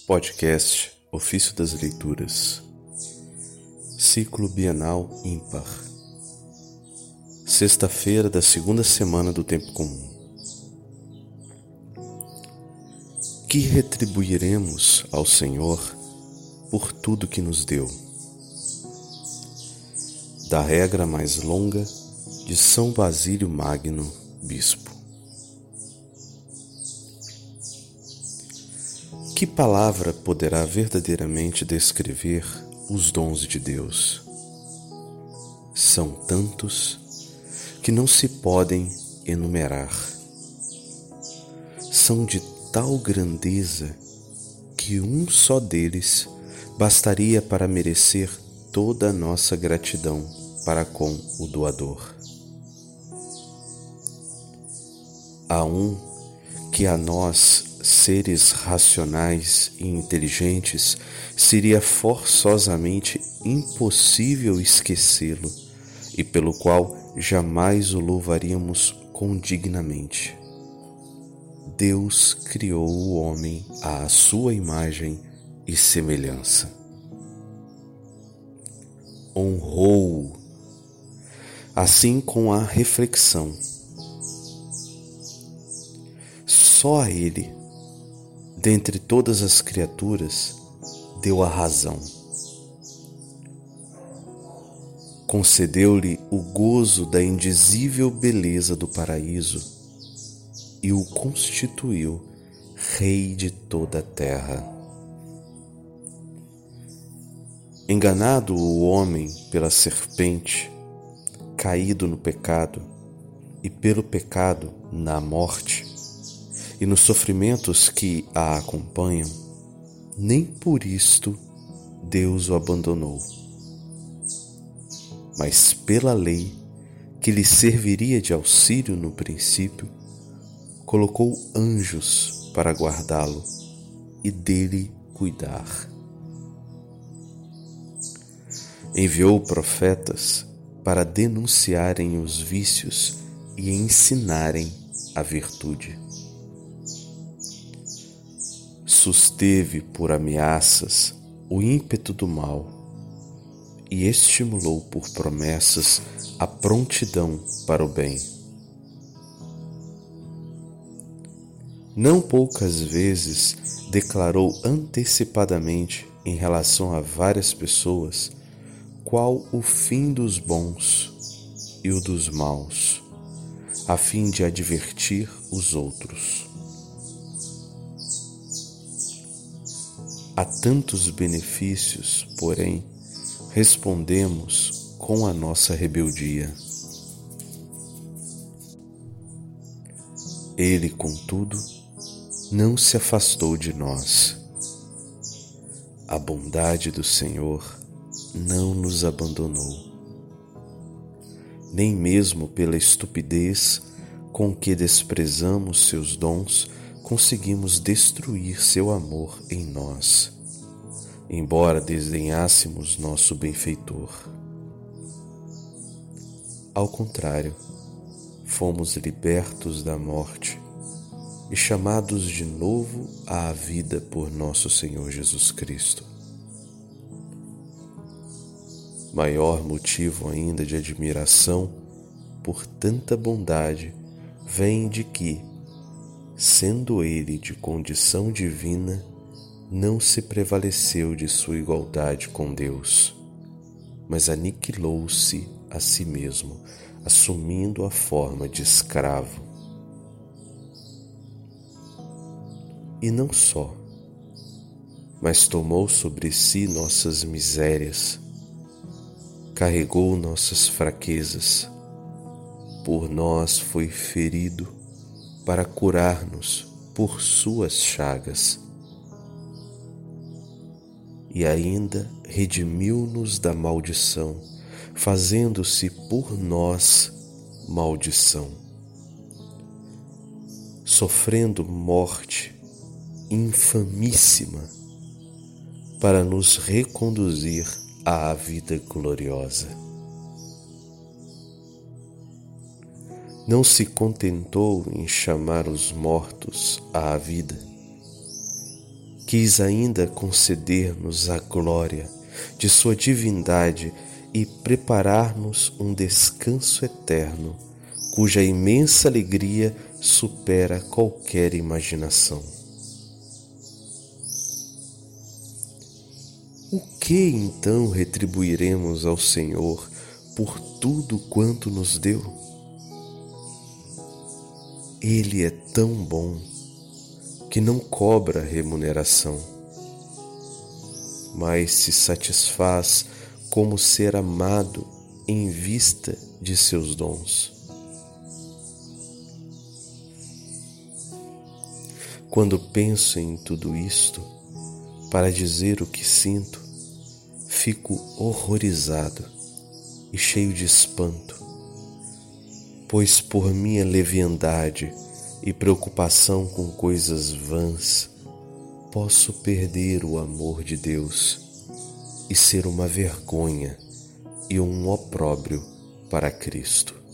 Podcast Ofício das Leituras, Ciclo Bienal Ímpar, sexta-feira da segunda semana do Tempo Comum. Que retribuiremos ao Senhor por tudo que nos deu? Da regra mais longa de São Basílio Magno, Bispo. Que palavra poderá verdadeiramente descrever os dons de Deus? São tantos que não se podem enumerar. São de tal grandeza que um só deles bastaria para merecer toda a nossa gratidão para com o doador. Há um que a nós, seres racionais e inteligentes, seria forçosamente impossível esquecê-lo e pelo qual jamais o louvaríamos condignamente. Deus criou o homem à sua imagem e semelhança. Honrou-o, assim com a reflexão. Só a ele, dentre todas as criaturas, deu a razão. Concedeu-lhe o gozo da indizível beleza do paraíso e o constituiu rei de toda a terra. Enganado o homem pela serpente, caído no pecado e pelo pecado na morte, e nos sofrimentos que a acompanham, nem por isto Deus o abandonou. Mas pela lei, que lhe serviria de auxílio no princípio, colocou anjos para guardá-lo e dele cuidar. Enviou profetas para denunciarem os vícios e ensinarem a virtude. Susteve por ameaças o ímpeto do mal e estimulou por promessas a prontidão para o bem. Não poucas vezes declarou antecipadamente em relação a várias pessoas qual o fim dos bons e o dos maus, a fim de advertir os outros. A tantos benefícios, porém, respondemos com a nossa rebeldia. Ele, contudo, não se afastou de nós. A bondade do Senhor não nos abandonou, nem mesmo pela estupidez com que desprezamos seus dons conseguimos destruir seu amor em nós, embora desdenhássemos nosso benfeitor. Ao contrário, fomos libertos da morte e chamados de novo à vida por nosso Senhor Jesus Cristo. Maior motivo ainda de admiração por tanta bondade vem de que, sendo ele de condição divina, não se prevaleceu de sua igualdade com Deus, mas aniquilou-se a si mesmo, assumindo a forma de escravo. E não só, mas tomou sobre si nossas misérias, carregou nossas fraquezas, por nós foi ferido para curar-nos por suas chagas. E ainda redimiu-nos da maldição, fazendo-se por nós maldição, sofrendo morte infamíssima para nos reconduzir à vida gloriosa. Não se contentou em chamar os mortos à vida, quis ainda conceder-nos a glória de sua divindade e preparar-nos um descanso eterno, cuja imensa alegria supera qualquer imaginação. O que então retribuiremos ao Senhor por tudo quanto nos deu? Ele é tão bom que não cobra remuneração, mas se satisfaz como ser amado em vista de seus dons. Quando penso em tudo isto, para dizer o que sinto, fico horrorizado e cheio de espanto, pois por minha leviandade e preocupação com coisas vãs, posso perder o amor de Deus e ser uma vergonha e um opróbrio para Cristo.